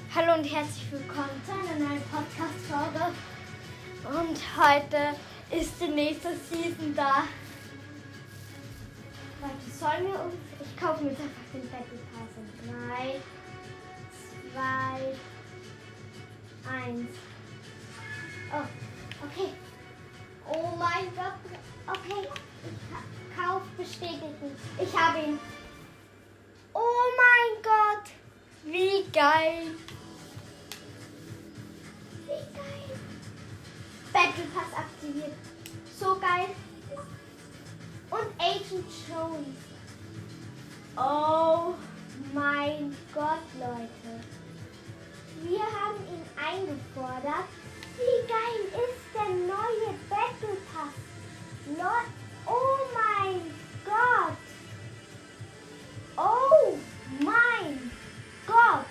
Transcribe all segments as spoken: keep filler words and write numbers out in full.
Hallo und herzlich willkommen zu einer neuen Podcast-Folge. Und heute ist die nächste Season da. Warte, sollen wir uns... Ich kaufe mir jetzt einfach den Battle Pass in drei, zwei, eins. Oh, okay. Oh mein Gott. Okay, ich kauf bestätigen. Ich habe ihn. Oh mein Gott. Wie geil. Wie geil. Battle Pass aktiviert. So geil. Und Agent Jones. Oh mein Gott, Leute. Wir haben ihn eingefordert. Wie geil ist der neue Battle Pass? Le- oh mein Gott. Oh mein Gott.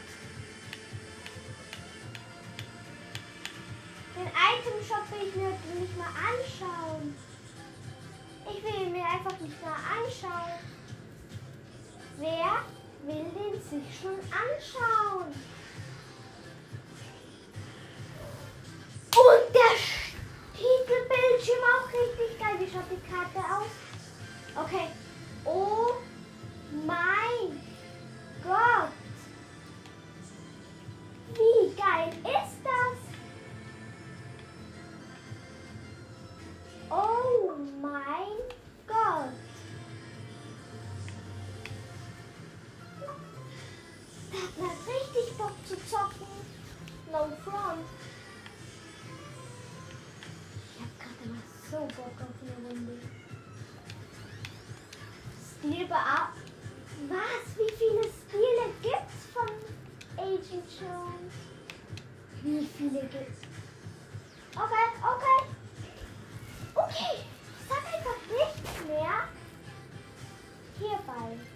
Den Item Shop will ich mir nicht mal anschauen. Ich will ihn mir einfach nicht mal anschauen. Wer will den sich schon anschauen? Und der Titelbildschirm auch richtig geil. Wie schaut die Karte aus? Okay. Oh mein Gott. Wie geil ist das? Oh mein Gott. Das hat richtig Bock zu zocken. No front. Ich hab gerade immer so Bock auf eine Runde. Stilbar. Was? Wie viele Stile gibt's von Agent Jones? Wie viele gibt's? Okay, okay. Okay, ich sag einfach nichts mehr. Hierbei.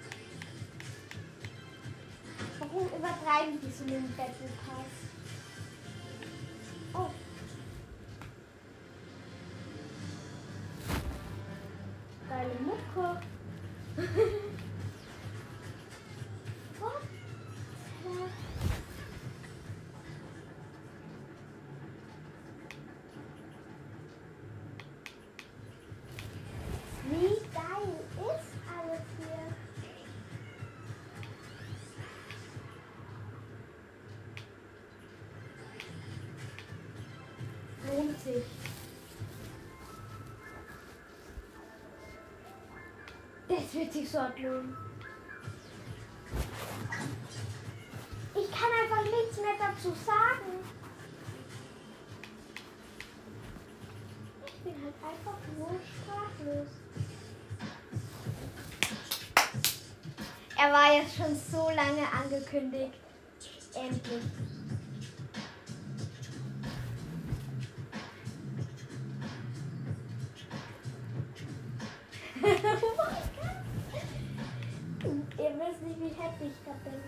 Warum übertreiben die so mit dem Battle Pass? Oh. Geile Mucke. What? Wie geil ist alles hier? Lohnt sich. Das wird sich so lohnen. Ich kann einfach nichts mehr dazu sagen. Ich bin halt einfach nur sprachlos. Er war jetzt schon so lange angekündigt. Endlich. Oh mein Gott. Ihr wisst nicht, wie happy ich da bin.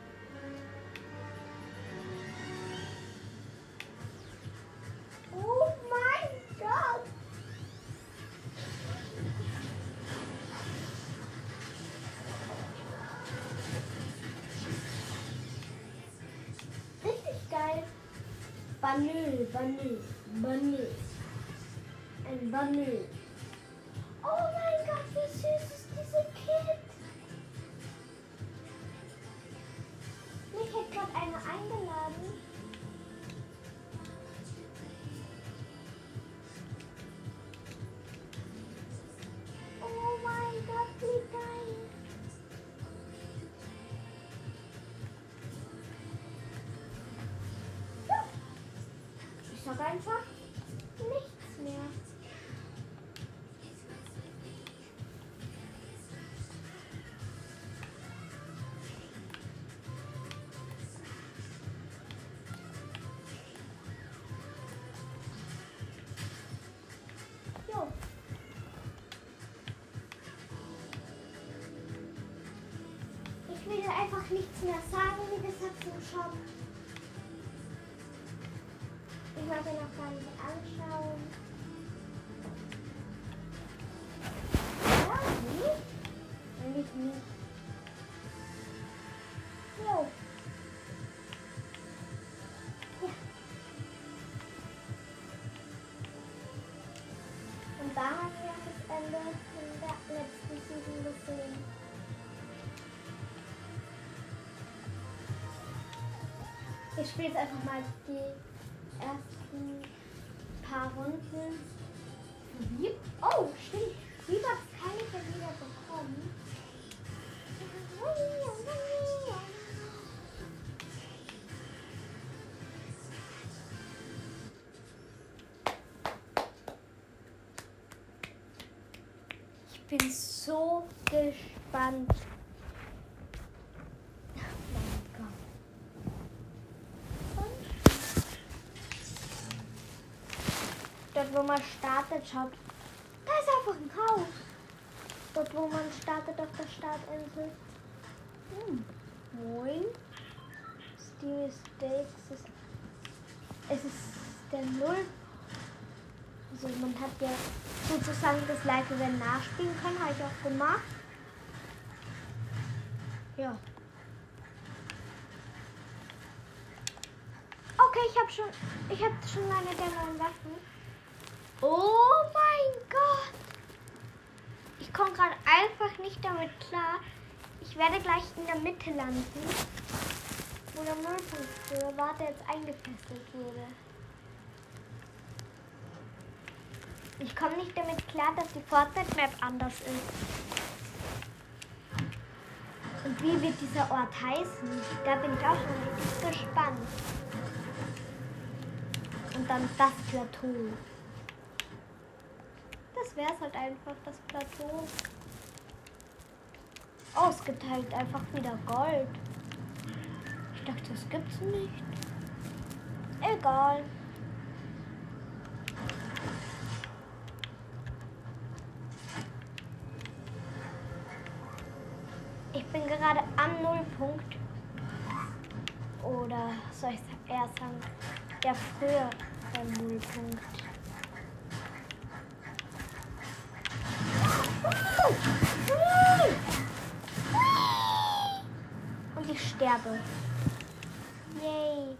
Oh mein Gott. Richtig geil. Banö, Banö, Banö. Ein Banö. Oh mein Gott, wie süß ist diese Kid. Mich hat gerade einer eingeladen. Oh mein Gott, wie geil. Ja. Ich sag einfach nichts mehr. Jo. Ich will einfach nichts mehr sagen, wie gesagt, zum Shop. Ich mag ihn auch gar nicht anschauen. Ja, wie? Eigentlich nicht. Jo. da haben wir das Ende in der letzten Season gesehen. Ich spiele jetzt einfach mal die ersten paar Runden. Wie? Oh, stimmt. Wie hat keine Verlierer bekommen? Ich bin so gespannt. Dort, wo man startet, schaut. Da ist einfach ein Haus. Dort, wo man startet auf der Startinsel. Hm. Moin. Stevie Stakes ist. Es ist der Null. Also man hat ja sozusagen das Live-Event nachspielen können, habe ich auch gemacht. Ja. Okay, ich habe schon, ich habe schon eine der neuen Waffen. Oh mein Gott! Ich komme gerade einfach nicht damit klar. Ich werde gleich in der Mitte landen, wo der Nullpunkt früher war, der jetzt eingefesselt wurde. Ich komme nicht damit klar, dass die Fortnite-Map anders ist. Und wie wird dieser Ort heißen? Da bin ich auch schon richtig gespannt. Und dann das Plateau. Das wäre es halt einfach, das Plateau. Oh, es gibt halt einfach wieder Gold. Ich dachte, das gibt's nicht. Egal. Ich bin gerade am Nullpunkt. Oder soll ich eher sagen, ja früher beim Nullpunkt. Und ich sterbe. Yay.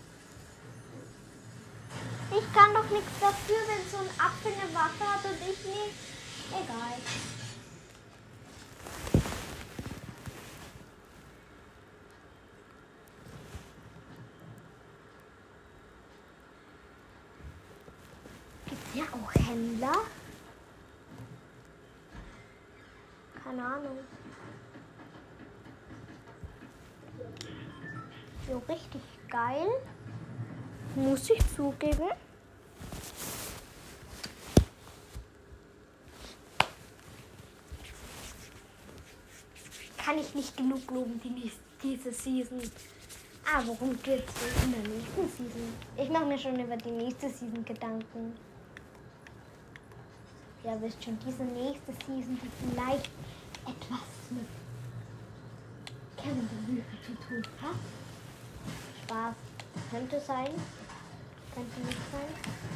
Ich kann doch nichts dafür, wenn so ein Apfel eine Waffe hat und ich nicht. Egal. Gibt's ja auch Händler? Keine Ahnung. So richtig geil. Muss ich zugeben. Kann ich nicht genug loben, die, diese Season. Ah, worum geht's in der nächsten Season? Ich mache mir schon über die nächste Season Gedanken. Ja, wisst schon, diese nächste Season, die vielleicht etwas mit Kevin der Löwe zu tun hat. Spaß. Könnte sein. Könnte nicht sein.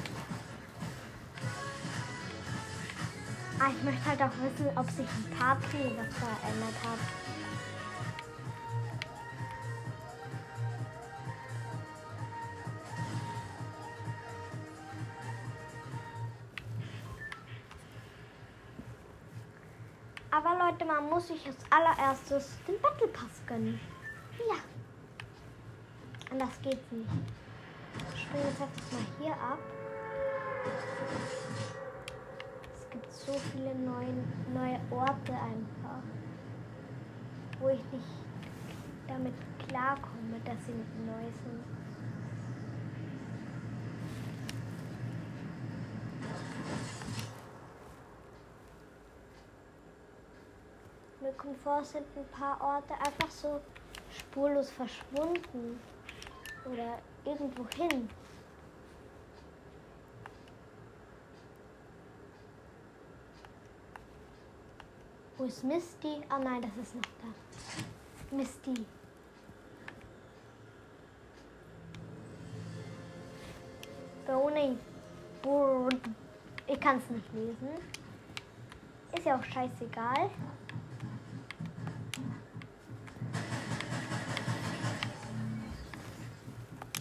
Ah, ich möchte halt auch wissen, ob sich ein Party was verändert hat. Aber Leute, man muss sich als allererstes den Battle Pass gönnen. Ja. Anders geht's nicht. Ich springe jetzt einfach mal hier ab. Es gibt so viele neue, neue Orte einfach, wo ich nicht damit klarkomme, dass sie neu sind. Mir kommt vor, es sind ein paar Orte einfach so spurlos verschwunden oder irgendwo hin. Wo ist Misty? Oh nein, das ist noch da. Misty. Brownie. Ich kann es nicht lesen. Ist ja auch scheißegal.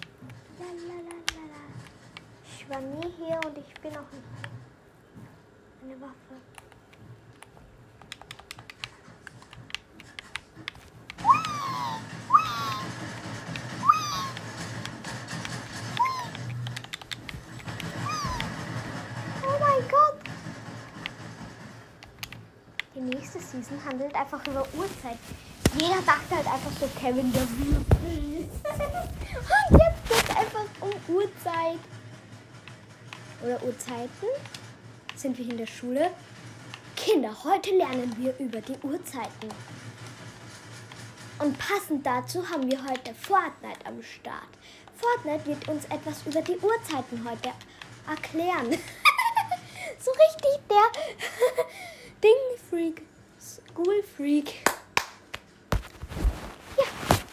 Ich war nie hier und ich bin auch nicht. eine Waffe. Oh mein Gott! Die nächste Season handelt einfach über Uhrzeit. Jeder dachte halt einfach so, Kevin der Würfel. Und jetzt geht es einfach um Uhrzeit. Oder Uhrzeiten. Sind wir in der Schule? Kinder, heute lernen wir über die Uhrzeiten. Und passend dazu haben wir heute Fortnite am Start. Fortnite wird uns etwas über die Uhrzeiten heute erklären. So richtig der Ding-Freak, School-Freak. Ja.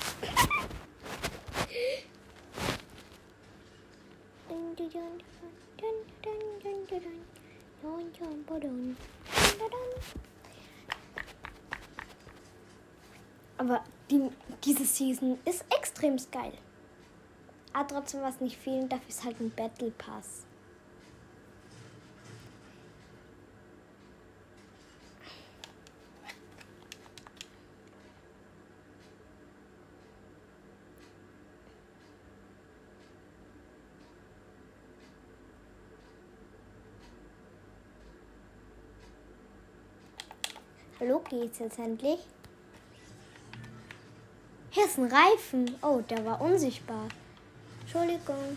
Aber die, diese Season ist extrem geil. Aber trotzdem was nicht fehlen darf, ist halt ein Battle Pass. Hallo, geht's jetzt endlich? Hier ist ein Reifen. Oh, der war unsichtbar. Entschuldigung.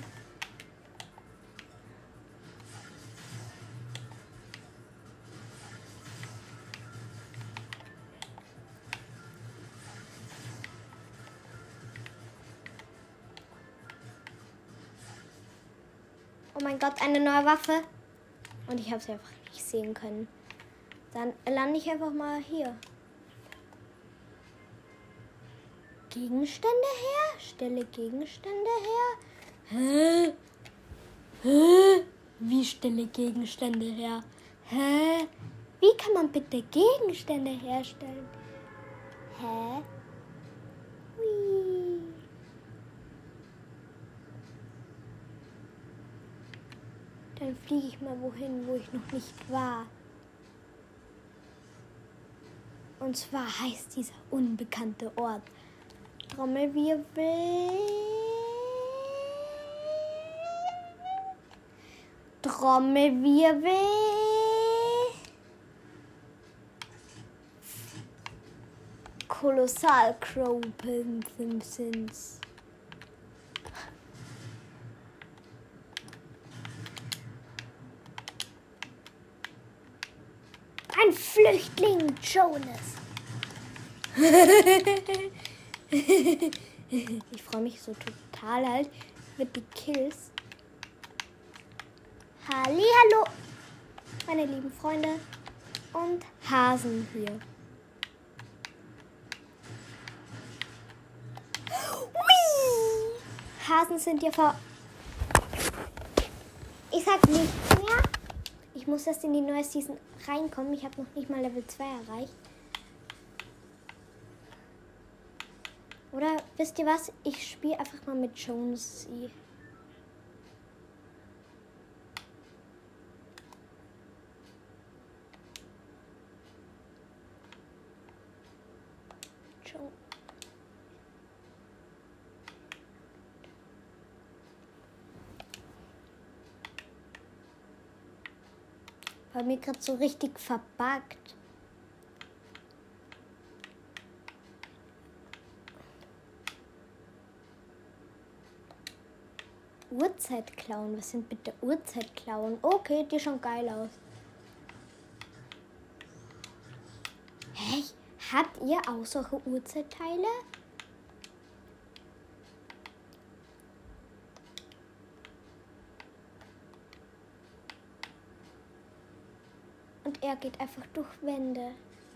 Oh mein Gott, eine neue Waffe. Und ich habe es einfach nicht sehen können. Dann lande ich einfach mal hier. Gegenstände her? Stelle Gegenstände her? Hä? Hä? Wie stelle Gegenstände her? Hä? Wie kann man bitte Gegenstände herstellen? Hä? Wie? Dann fliege ich mal wohin, wo ich noch nicht war. Und zwar heißt dieser unbekannte Ort Trommelwirbel. Trommelwirbel. Kolossal Cropen Simpsons. Ein Flüchtling, Jonas. Ich freue mich so total halt mit die Kills. Hallihallo, meine lieben Freunde und Hasen hier. Hui! Hasen sind hier vor... Ich sag nichts mehr. Ich muss erst in die neue Season reinkommen. Ich habe noch nicht mal Level zwei erreicht. Oder wisst ihr was? Ich spiele einfach mal mit Jonesy. Jo- War mir gerade so richtig verbuggt. Uhrzeit klauen. Was sind bitte Uhrzeit klauen? Okay, die schauen geil aus. Hä? Habt ihr auch solche Uhrzeitteile? Und er geht einfach durch Wände.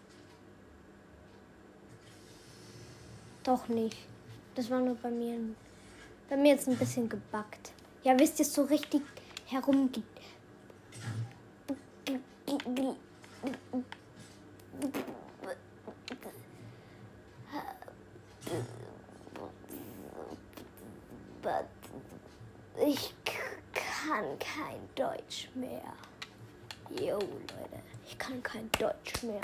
Doch nicht. Das war nur bei mir. Bei mir jetzt ein bisschen gebackt. Ja, wisst ihr, so richtig herumgeht. Ich kann kein Deutsch mehr. Jo, Leute, ich kann kein Deutsch mehr.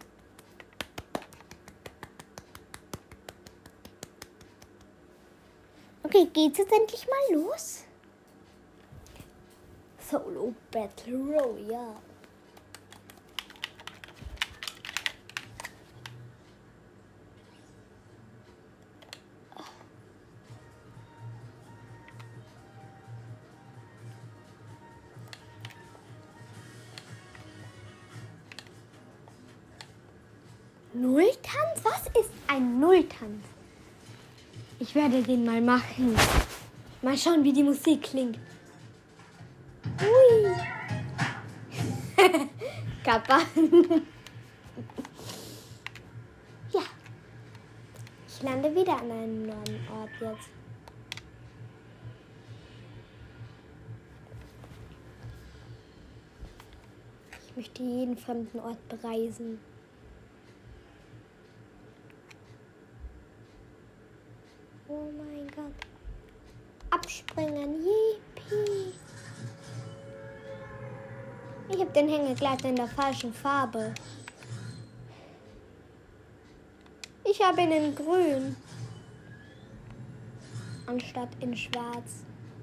Okay, geht's jetzt endlich mal los? Solo Battle Royale. Nulltanz? Was ist ein Nulltanz? Ich werde den mal machen. Mal schauen, wie die Musik klingt. Hui. Kappa. Ja. Ich lande wieder an einem neuen Ort jetzt. Ich möchte jeden fremden Ort bereisen. Oh mein Gott. Abspringen. Yippie. Ich habe den Hängegleiter in der falschen Farbe. Ich habe ihn in grün. Anstatt in schwarz.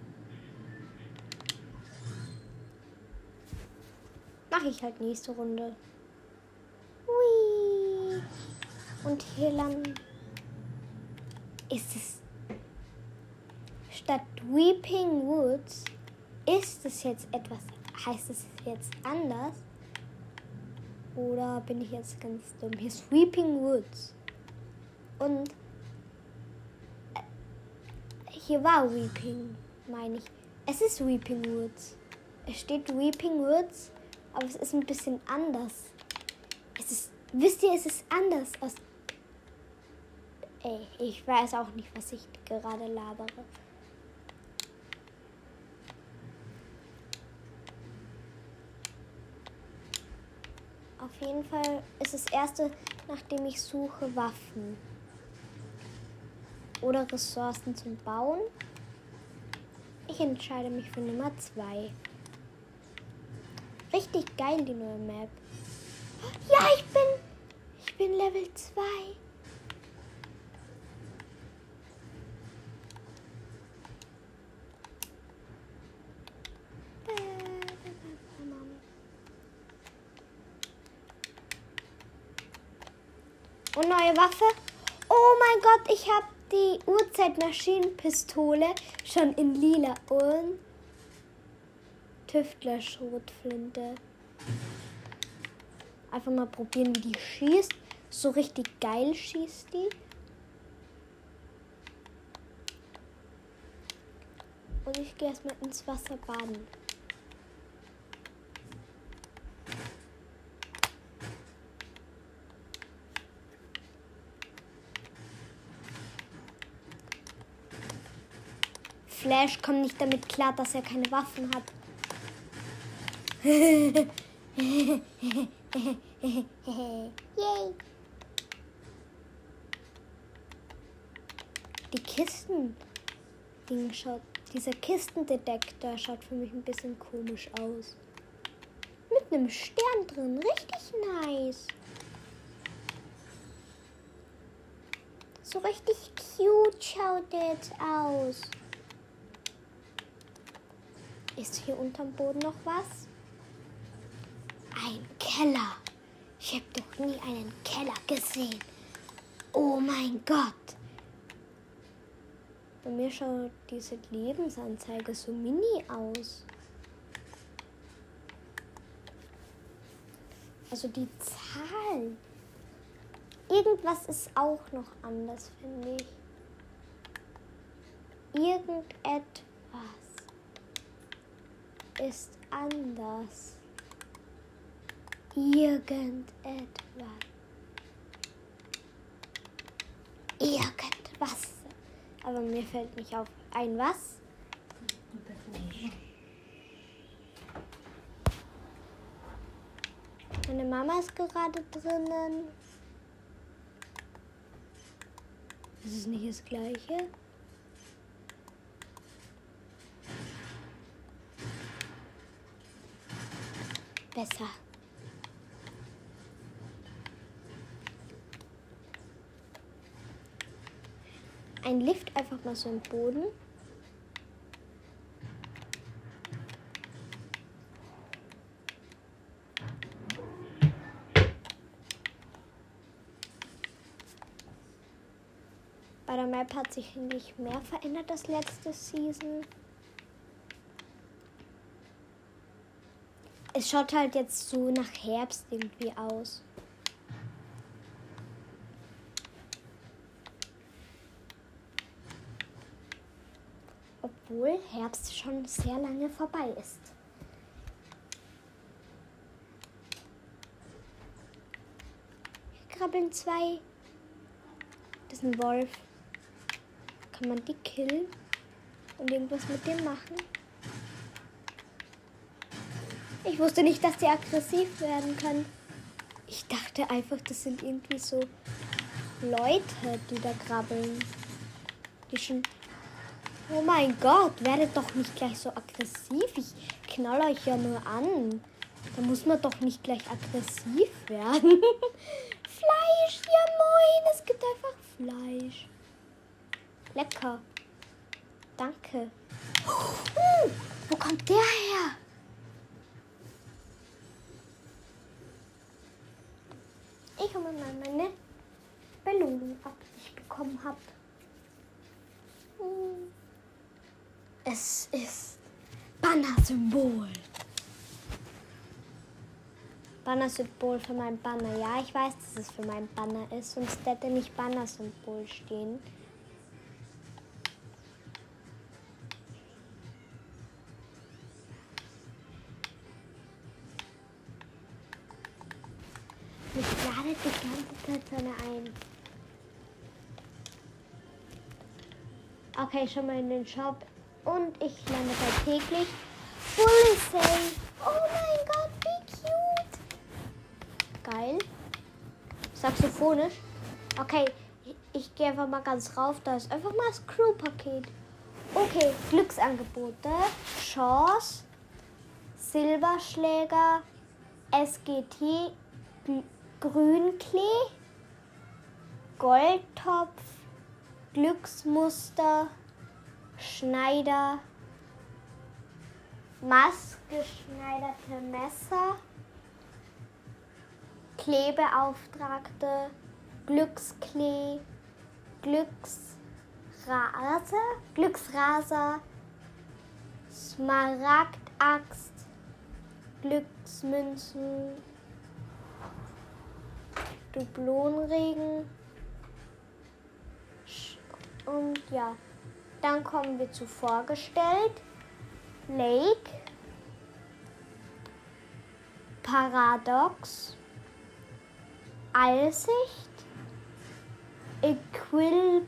Mache ich halt nächste Runde. Hui. Und hier landen. Ist es statt Weeping Woods, ist es jetzt etwas, heißt es jetzt anders? Oder bin ich jetzt ganz dumm? Hier ist Weeping Woods. Und äh, hier war Weeping, meine ich. Es ist Weeping Woods. Es steht Weeping Woods, aber es ist ein bisschen anders. Es ist, wisst ihr, es ist anders aus. Ey, ich weiß auch nicht, was ich gerade labere. Auf jeden Fall ist das erste, nachdem ich suche, Waffen. Oder Ressourcen zum Bauen. Ich entscheide mich für Nummer zwei. Richtig geil, die neue Map. Ja, ich bin, ich bin Level zwei. Und neue Waffe. Oh mein Gott, ich habe die Uhrzeitmaschinenpistole schon in lila und Tüftler-Schrotflinte. Einfach mal probieren, wie die schießt. So richtig geil schießt die. Und ich gehe erstmal ins Wasser baden. Flash kommt nicht damit klar, dass er keine Waffen hat. Yay. Die Kisten. Schaut, dieser Kistendetektor schaut für mich ein bisschen komisch aus. Mit einem Stern drin. Richtig nice. So richtig cute schaut der jetzt aus. Ist hier unterm Boden noch was? Ein Keller. Ich habe doch nie einen Keller gesehen. Oh mein Gott. Bei mir schaut diese Lebensanzeige so mini aus. Also die Zahl. Irgendwas ist auch noch anders, finde ich. Irgendetwas ist anders. Irgendetwas. Irgendwas. Aber mir fällt nicht auf. Ein was? Meine Mama ist gerade drinnen. Ist es nicht das Gleiche? besser. Ein Lift einfach mal so im Boden. Bei der Map hat sich nicht mehr verändert als letzte Season. Es schaut halt jetzt so nach Herbst irgendwie aus. Obwohl Herbst schon sehr lange vorbei ist. Hier krabbeln zwei. Das ist ein Wolf. Kann man die killen und irgendwas mit dem machen? Ich wusste nicht, dass die aggressiv werden können. Ich dachte einfach, das sind irgendwie so Leute, die da krabbeln. Die schon... Oh mein Gott, werdet doch nicht gleich so aggressiv. Ich knall euch ja nur an. Da muss man doch nicht gleich aggressiv werden. Fleisch, ja moin, es gibt einfach Fleisch. Lecker. Danke. Hm, wo kommt der her? Ich hole mir mal meine Belohnung ab, die ich bekommen habe. Hm. Es ist Banner-Symbol. Banner-Symbol für mein Banner. Ja, ich weiß, dass es für mein Banner ist. Sonst hätte nicht Banner-Symbol stehen. Mich ladet die ganze Zeit so eine ein. Okay, schon mal in den Shop. Und ich lande bei täglich. Fully safe. Oh mein Gott, wie cute. Geil. Saxophonisch. Okay, ich, ich gehe einfach mal ganz rauf. Da ist einfach mal das Crew-Paket. Okay, Glücksangebote. Chance. Silberschläger. S G T. G- Grünklee. Goldtopf. Glücksmuster. Schneider, maßgeschneiderte Messer, Klebeauftragte, Glücksklee, Glücksrase, Glücksraser, Smaragdaxt, Glücksmünzen, Dublonenregen und ja. Dann kommen wir zu vorgestellt. Lake. Paradox. Einsicht. Equili-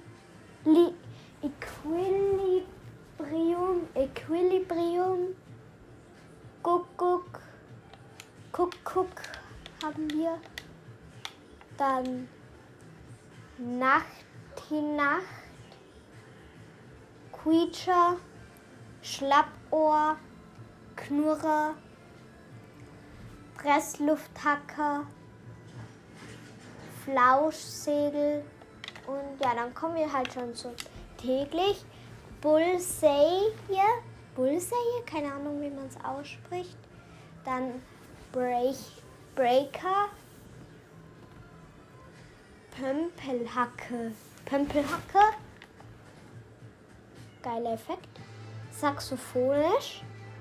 Equilibrium. Equilibrium. Kuckuck. Kuckuck haben wir. Dann Nacht die Nacht. Quietscher, Schlappohr, Knurrer, Presslufthacker, Flauschsegel und ja, dann kommen wir halt schon zu täglich. Bullseye, Bullseye, keine Ahnung, wie man es ausspricht. Dann Break, Breaker, Pömpelhacke, Pömpelhacke. Geiler Effekt. Saxophonisch.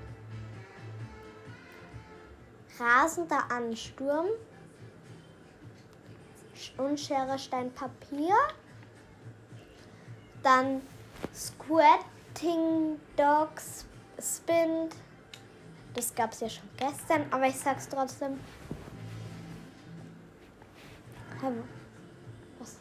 Rasender Ansturm. Unschere Stein Papier. Dann Squatting Dogs Spin. Das gab es ja schon gestern, aber ich sag's trotzdem. Was?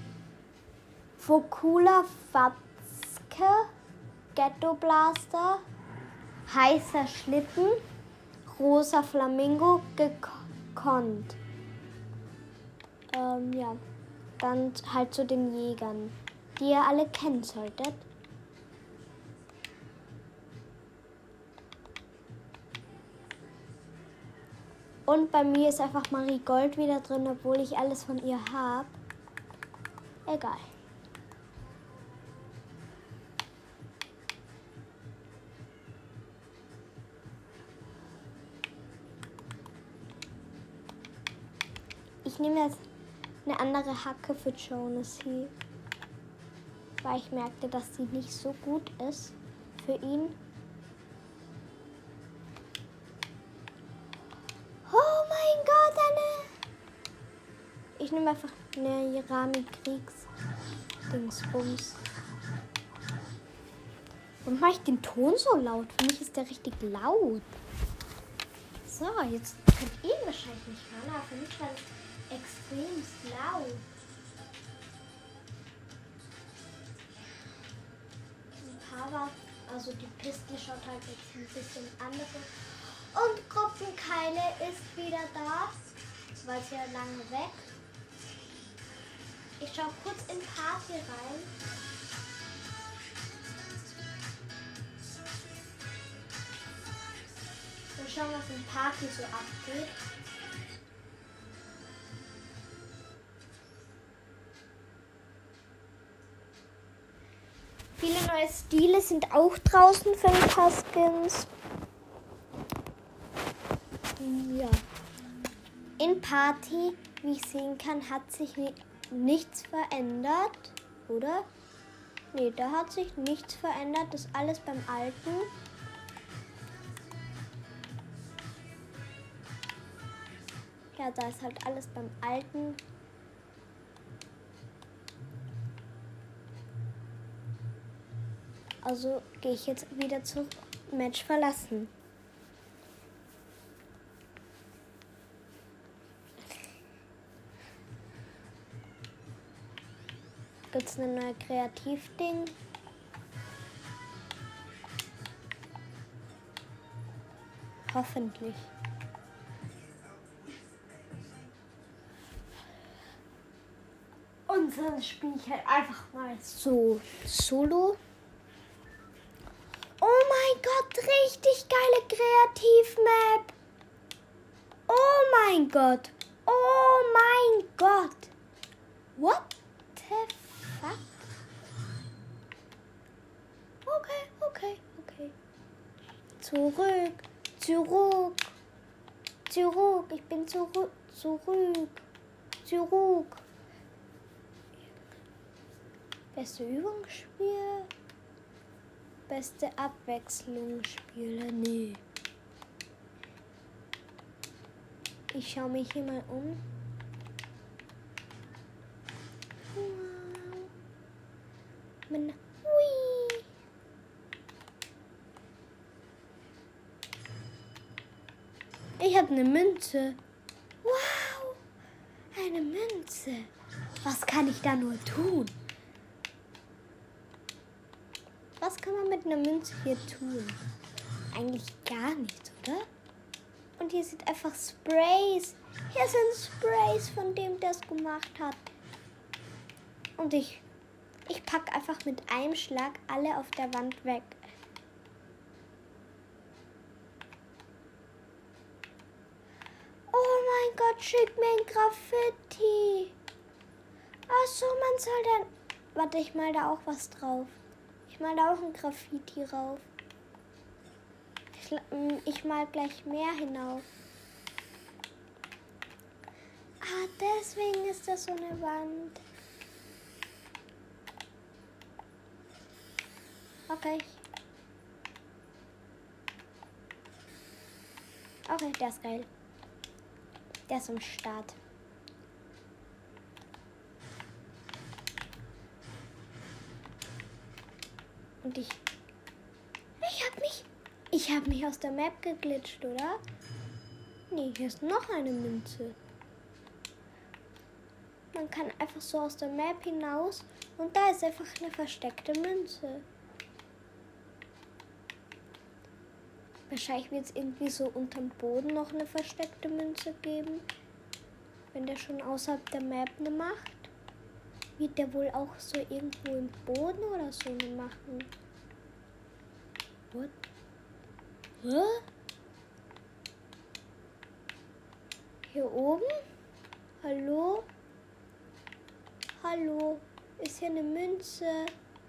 Fokula Fatzke. Ghetto Blaster, heißer Schlitten, rosa Flamingo, gekonnt. Ähm, ja, dann halt zu den Jägern, die ihr alle kennen solltet. Und bei mir ist einfach Marie Gold wieder drin, obwohl ich alles von ihr habe. Egal. Ich nehme jetzt eine andere Hacke für Jonesy, weil ich merkte, dass sie nicht so gut ist für ihn. Oh mein Gott, eine... Ich nehme einfach eine Jerami Kriegs Dingsbums. Und mache ich den Ton so laut? Für mich ist der richtig laut. So, jetzt könnt ihr ihn wahrscheinlich nicht hören, aber für mich war das extrem laut. Aber, also die Piste schaut halt jetzt ein bisschen anders aus. Und Gruppenkeile ist wieder da. War es ja lange weg. Ich schaue kurz in Party rein. Wir schauen, was in Party so abgeht. Viele neue Stile sind auch draußen für ein paar Skins. Ja. In Party, wie ich sehen kann, hat sich ni- nichts verändert, oder? Nee, da hat sich nichts verändert. Das ist alles beim Alten. Ja, da ist halt alles beim Alten. Also gehe ich jetzt wieder zum Match verlassen. Gibt es eine neue Kreativding? Hoffentlich. Und sonst spiele ich halt einfach mal so solo. Oh mein Gott, richtig geile Kreativmap. Oh mein Gott. Oh mein Gott. What the fuck? Okay, okay, okay. Zurück, zurück, zurück. Ich bin zurück, zurück, zurück. Beste Übungsspiel. Beste Abwechslungsspieler. Nee. Ich schaue mich hier mal um. Wow. Meine, hui. Ich habe eine Münze. Wow. Eine Münze. Was kann ich da nur tun? Was kann man mit einer Münze hier tun? Eigentlich gar nichts, oder? Und hier sind einfach Sprays. Hier sind Sprays, von dem der es gemacht hat. Und ich, ich packe einfach mit einem Schlag alle auf der Wand weg. Oh mein Gott, schick mir ein Graffiti. Ach so, man soll dann... Warte, ich mal da auch was drauf. Ich mal da auch ein Graffiti rauf. Ich, ich mal gleich mehr hinauf. Ah, deswegen ist das so eine Wand. Okay. Okay, der ist geil. Der ist am Start. Und ich... Ich hab mich... Ich hab mich aus der Map geglitscht, oder? Nee, hier ist noch eine Münze. Man kann einfach so aus der Map hinaus und da ist einfach eine versteckte Münze. Wahrscheinlich wird es irgendwie so unterm Boden noch eine versteckte Münze geben. Wenn der schon außerhalb der Map eine macht, wird der wohl auch so irgendwo im Boden oder so eine machen. What? What? Hier oben? Hallo? Hallo? Ist hier eine Münze?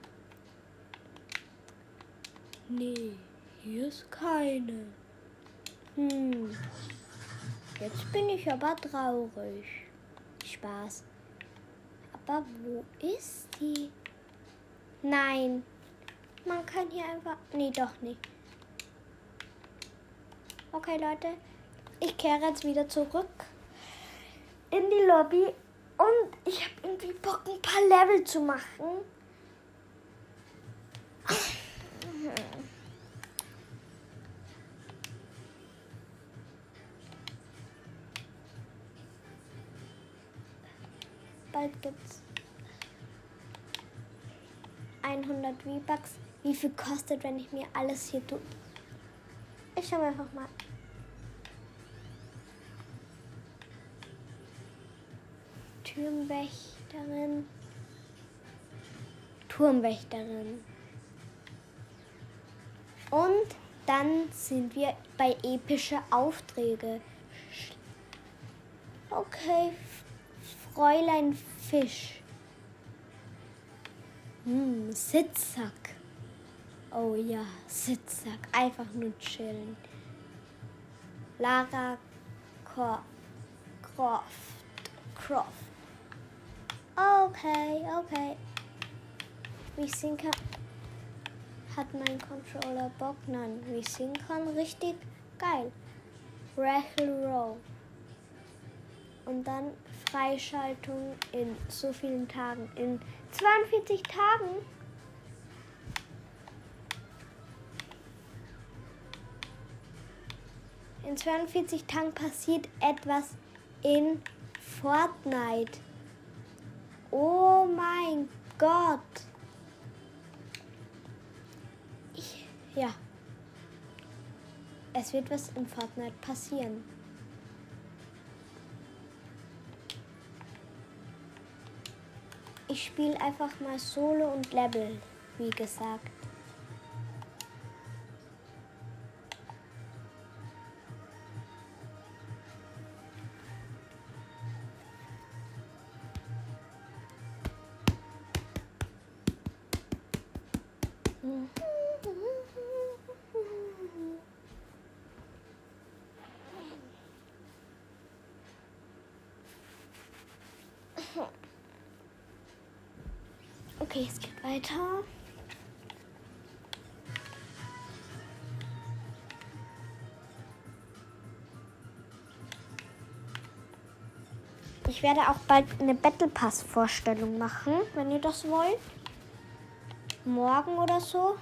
Nee, hier ist keine. Hm. Jetzt bin ich aber traurig. Spaß. Aber wo ist die? Nein. Man kann hier einfach... Nee, doch nicht. Okay, Leute. Ich kehre jetzt wieder zurück in die Lobby. Und ich habe irgendwie Bock, ein paar Level zu machen. Bald gibt's hundert V-Bucks. Wie viel kostet, wenn ich mir alles hier tue? Ich schau mir einfach mal. Turmwächterin. Turmwächterin. Und dann sind wir bei epische Aufträge. Okay, Fräulein Fisch. Hm, Sitzsack. Oh ja, Sitzsack. Einfach nur chillen. Lara Croft. Croft. Okay, okay. Wie ich sehen kann, hat mein Controller Bock? Nein, wie ich sehen kann, richtig geil. Rachel Row. Und dann Freischaltung in so vielen Tagen. In zweiundvierzig Tagen. In zweiundvierzig Tagen passiert etwas in Fortnite. Oh mein Gott. Ich, ja. Es wird was in Fortnite passieren. Ich spiele einfach mal Solo und Level, wie gesagt. Okay, es geht weiter. Ich werde auch bald eine Battle Pass Vorstellung machen, wenn ihr das wollt. Morgen oder so.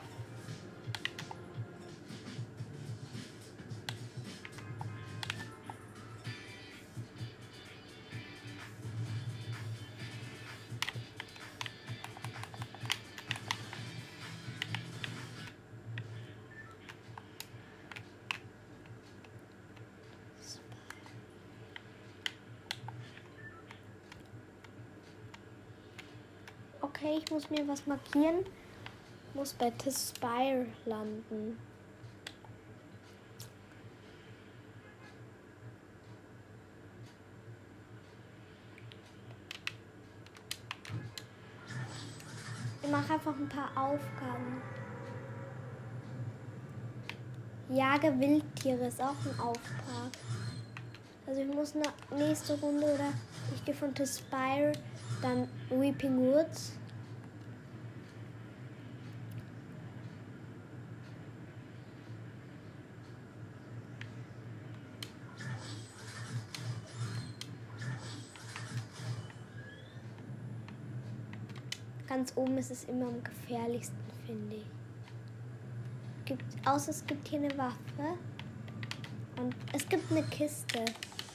Okay, ich muss mir was markieren. Muss bei The Spire landen. Ich mache einfach ein paar Aufgaben. Jage Wildtiere ist auch ein Auftrag. Also ich muss eine nächste Runde oder ich gehe von The Spire, dann Weeping Woods. Ganz oben ist es immer am gefährlichsten, finde ich. Gibt, außer es gibt hier eine Waffe. Und es gibt eine Kiste.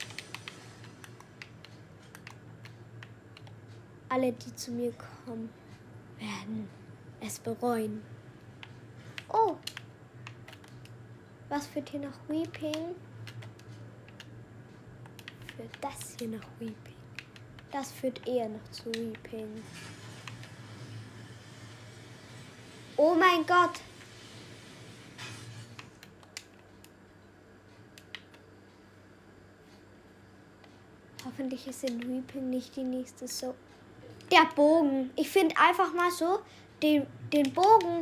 Alle, die zu mir kommen, werden es bereuen. Oh! Was führt hier nach Weeping? Führt das hier nach Weeping? Das führt eher noch zu Weeping. Oh mein Gott! Hoffentlich ist in Weeping nicht die nächste so. Der Bogen. Ich finde einfach mal so den, den Bogen.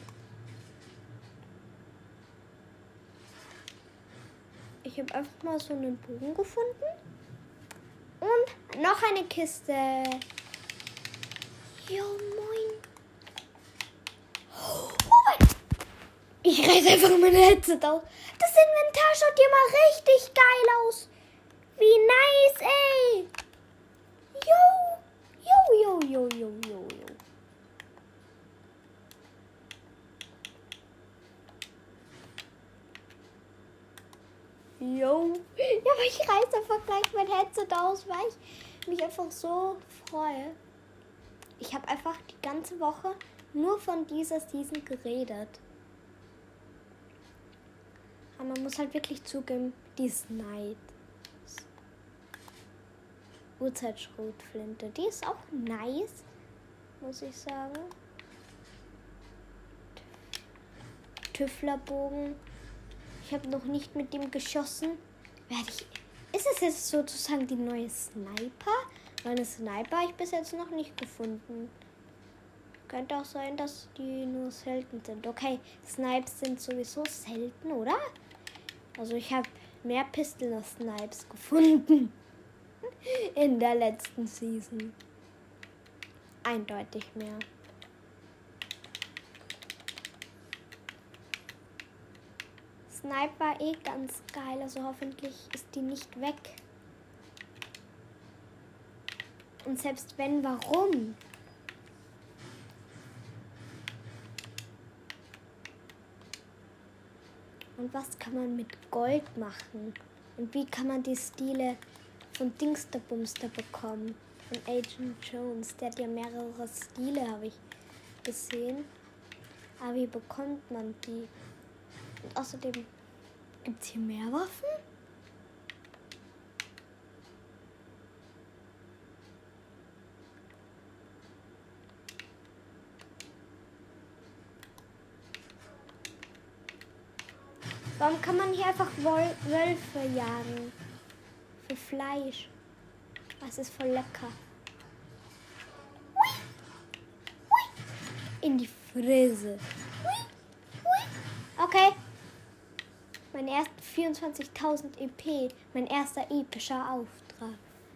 Ich habe einfach mal so einen Bogen gefunden. Und noch eine Kiste. Jo, moin. Oh mein. Ich reiße einfach meine Headset aus. Das Inventar schaut hier mal richtig geil aus. Wie nice, ey. Jo. Jo, jo, jo, jo, jo, jo. Jo. Ja, aber ich reiße einfach gleich mein Headset aus, weil ich mich einfach so freue. Ich habe einfach die ganze Woche nur von dieser Season geredet. Aber man muss halt wirklich zugeben, die Snipes. Uhrzeitschrotflinte, die ist auch nice, muss ich sagen. Tüfflerbogen. Ich habe noch nicht mit dem geschossen. Werde ich. Ist es jetzt sozusagen die neue Sniper? Meine Sniper habe ich bis jetzt noch nicht gefunden. Könnte auch sein, dass die nur selten sind. Okay, Snipes sind sowieso selten, oder? Also ich habe mehr Pistol als Snipes gefunden. In der letzten Season. Eindeutig mehr. Snipe war eh ganz geil, also hoffentlich ist die nicht weg. Und selbst wenn, warum? Und was kann man mit Gold machen? Und wie kann man die Stile von Dingsterbumster bekommen? Von Agent Jones. Der hat ja mehrere Stile, habe ich gesehen. Aber wie bekommt man die? Und außerdem, gibt es hier mehr Waffen? Warum kann man hier einfach Wol- Wölfe jagen? Für Fleisch. Das ist voll lecker. In die Fräse. Okay. Mein erster vierundzwanzigtausend E P. Mein erster epischer Auftrag.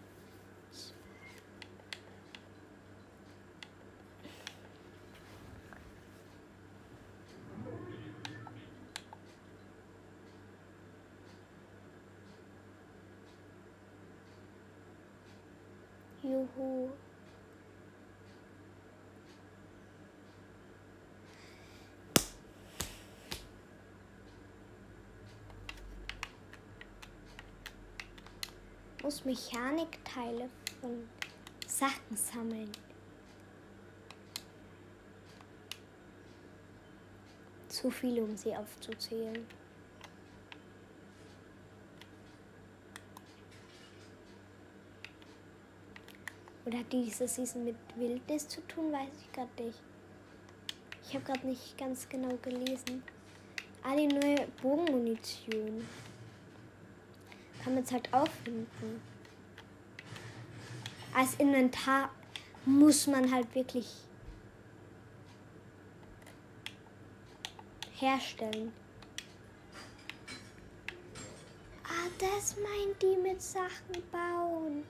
Juhu. Muss Mechanikteile von Sachen sammeln. Zu viel, um sie aufzuzählen. Oder hat diese Season mit Wildnis zu tun, weiß ich gerade nicht. Ich habe gerade nicht ganz genau gelesen. Ah, die neue Bogenmunition. Kann man es halt auch finden. Als Inventar muss man halt wirklich herstellen. Ah, das meint die mit Sachen bauen.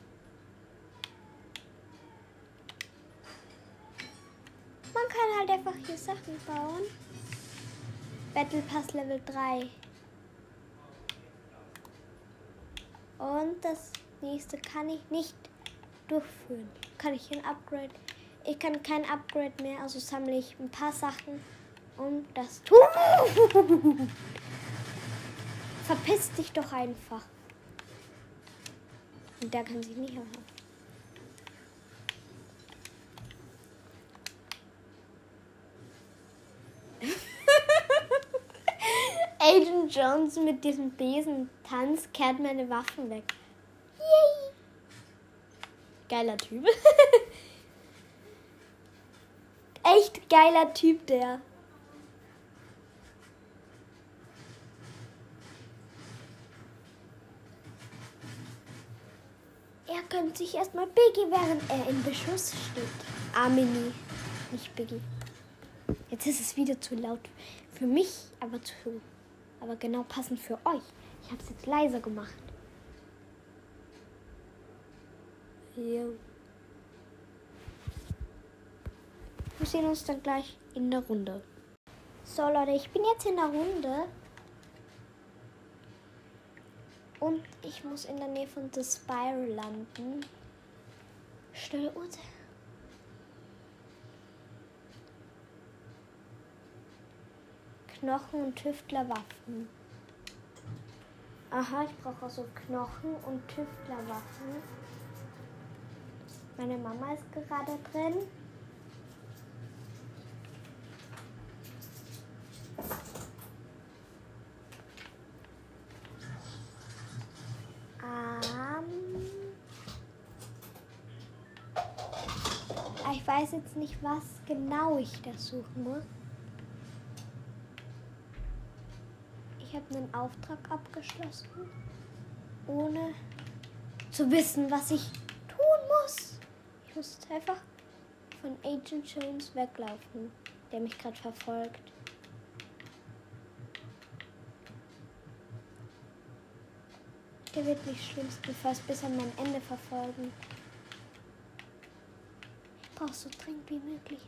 Man kann halt einfach hier Sachen bauen. Battle Pass Level drei. Und das nächste kann ich nicht durchführen. Kann ich ein Upgrade? Ich kann kein Upgrade mehr, also sammle ich ein paar Sachen, um das tun. Verpiss dich doch einfach. Und der kann sich nicht hören. Agent Jones mit diesem Besentanz kehrt meine Waffen weg. Yay! Geiler Typ. Echt geiler Typ, der. Er gönnt sich erstmal Biggie, während er im Beschuss steht. Amini, nicht Biggie. Jetzt ist es wieder zu laut für mich, aber zu, aber genau passend für euch. Ich habe es jetzt leiser gemacht. Jo. Wir sehen uns dann gleich in der Runde. So Leute, ich bin jetzt in der Runde. Und ich muss in der Nähe von The Spiral landen. Stelle Uhr. Knochen und Tüftlerwaffen. Aha, ich brauche auch so Knochen und Tüftlerwaffen. Meine Mama ist gerade drin. Ich weiß jetzt nicht, was genau ich da suchen muss. Ich habe einen Auftrag abgeschlossen, ohne zu wissen, was ich tun muss. Ich muss jetzt einfach von Agent Jones weglaufen, der mich gerade verfolgt. Der wird mich schlimmstenfalls bis an mein Ende verfolgen. Ich brauche so dringend wie möglich.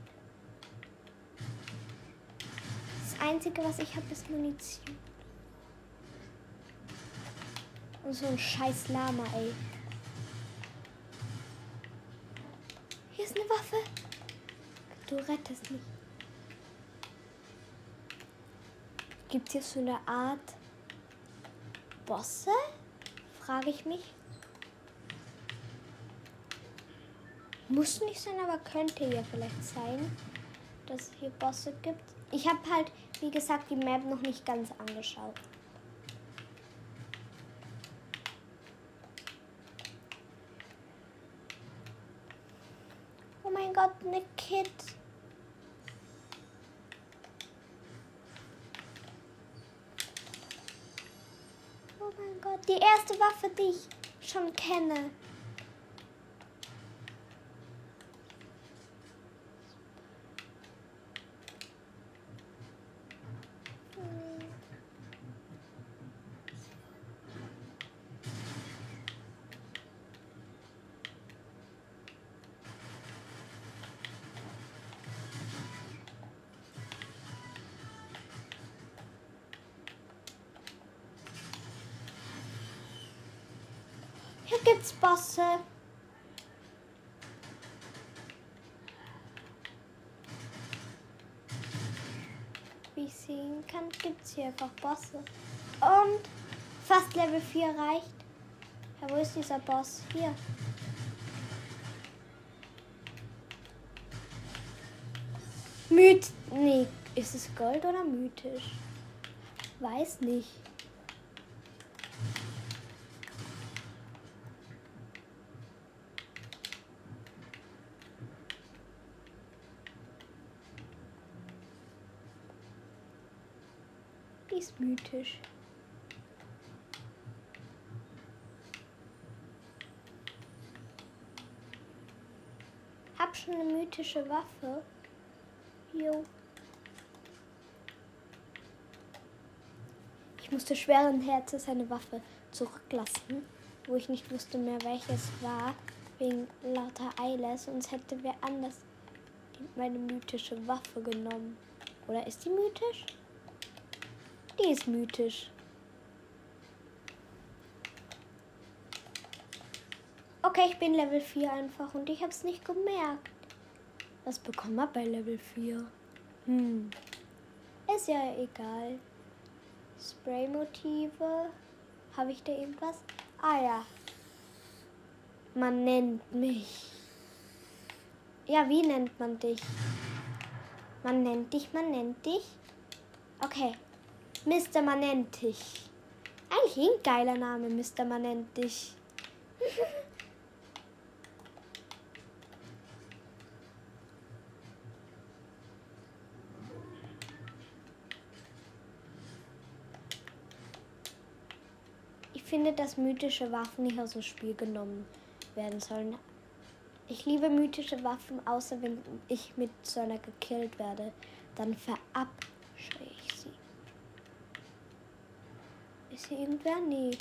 Das Einzige, was ich habe, ist Munition. Und so ein scheiß Lama, ey. Hier ist eine Waffe. Du rettest mich. Gibt es hier so eine Art Bosse? Frage ich mich. Muss nicht sein, aber könnte ja vielleicht sein, dass es hier Bosse gibt. Ich habe halt, wie gesagt, die Map noch nicht ganz angeschaut. Oh mein Gott, eine Kid. Oh mein Gott, die erste Waffe, die ich schon kenne. Hier gibt's Bosse. Wie ich sehen kann, gibt's hier einfach Bosse. Und fast Level vier reicht. Ja, wo ist dieser Boss? Hier. Myth. Nee, ist es Gold oder mythisch? Weiß nicht. Die ist mythisch. Hab schon eine mythische Waffe. Jo. Ich musste schweren Herzens eine Waffe zurücklassen, wo ich nicht wusste mehr, welches war, wegen lauter Eile, sonst hätte wer anders meine mythische Waffe genommen. Oder ist die mythisch? Die ist mythisch. Okay, ich bin Level vier einfach und ich habe es nicht gemerkt. Was bekommt man bei Level vier? Hm. Ist ja egal. Spraymotive. Habe ich da irgendwas? Ah ja. Man nennt mich. Ja, wie nennt man dich? Man nennt dich, man nennt dich. Okay. Mister Man nennt dich. Eigentlich ein geiler Name, Mister Man nennt dich. Ich finde, dass mythische Waffen nicht aus dem Spiel genommen werden sollen. Ich liebe mythische Waffen, außer wenn ich mit so einer gekillt werde. Dann verabscheue ich sie. Ist hier irgendwer? Nee.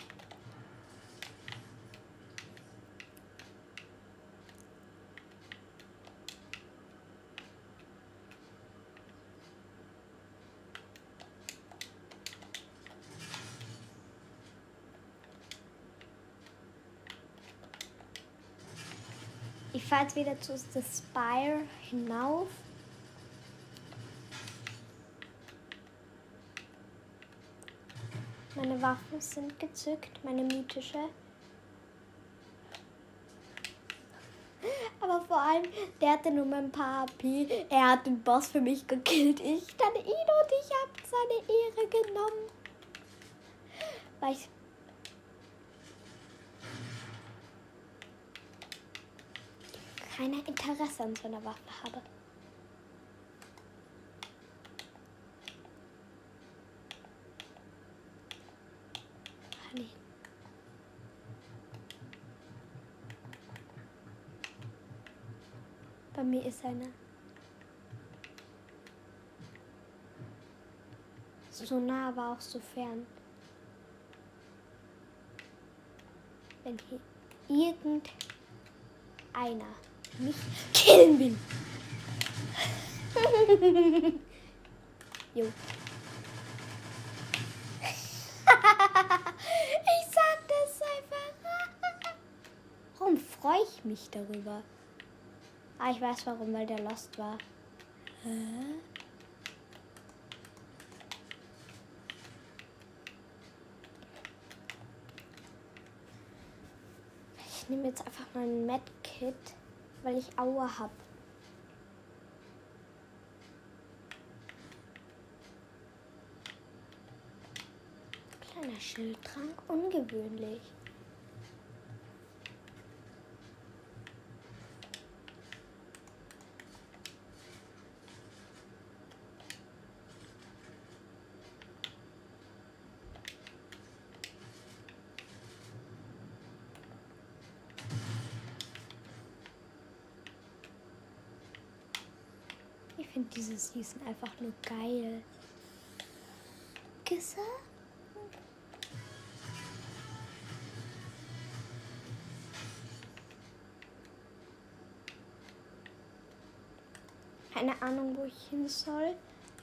Ich fahre jetzt wieder zu The Spire hinauf. Meine Waffen sind gezückt, meine mythische. Aber vor allem, der hatte nur ein paar H P. Er hat den Boss für mich gekillt. Ich dann ihn und ich habe seine Ehre genommen. Weil ich kein Interesse an so einer Waffe habe. Ah, nee. Bei mir ist einer. So nah, aber auch so fern. Wenn hier irgendeiner mich killen will. Jo. Ich sag das einfach. Warum freue ich mich darüber? Ah, ich weiß warum, weil der Lost war. Hä? Ich nehme jetzt einfach mal ein Medkit, weil ich Aua habe. Kleiner Schildtrank, ungewöhnlich. Ich finde diese Season einfach nur geil. Gesagt? Keine Ahnung, wo ich hin soll.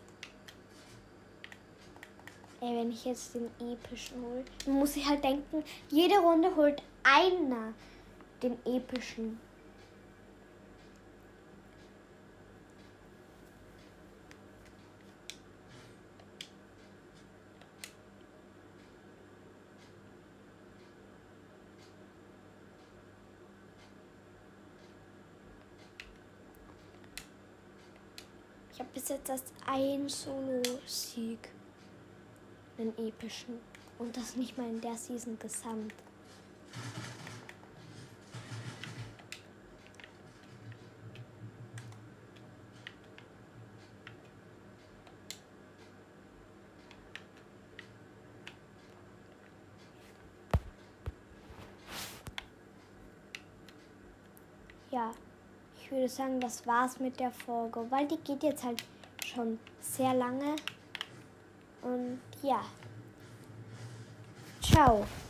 Ey, wenn ich jetzt den epischen hole, dann muss ich halt denken, jede Runde holt einer den epischen. Ich habe bis jetzt erst einen Solo-Sieg, einen epischen. Und das nicht mal in der Season gesamt. Ja. Ich würde sagen, das war's mit der Folge, weil die geht jetzt halt schon sehr lange. Und ja. Ciao.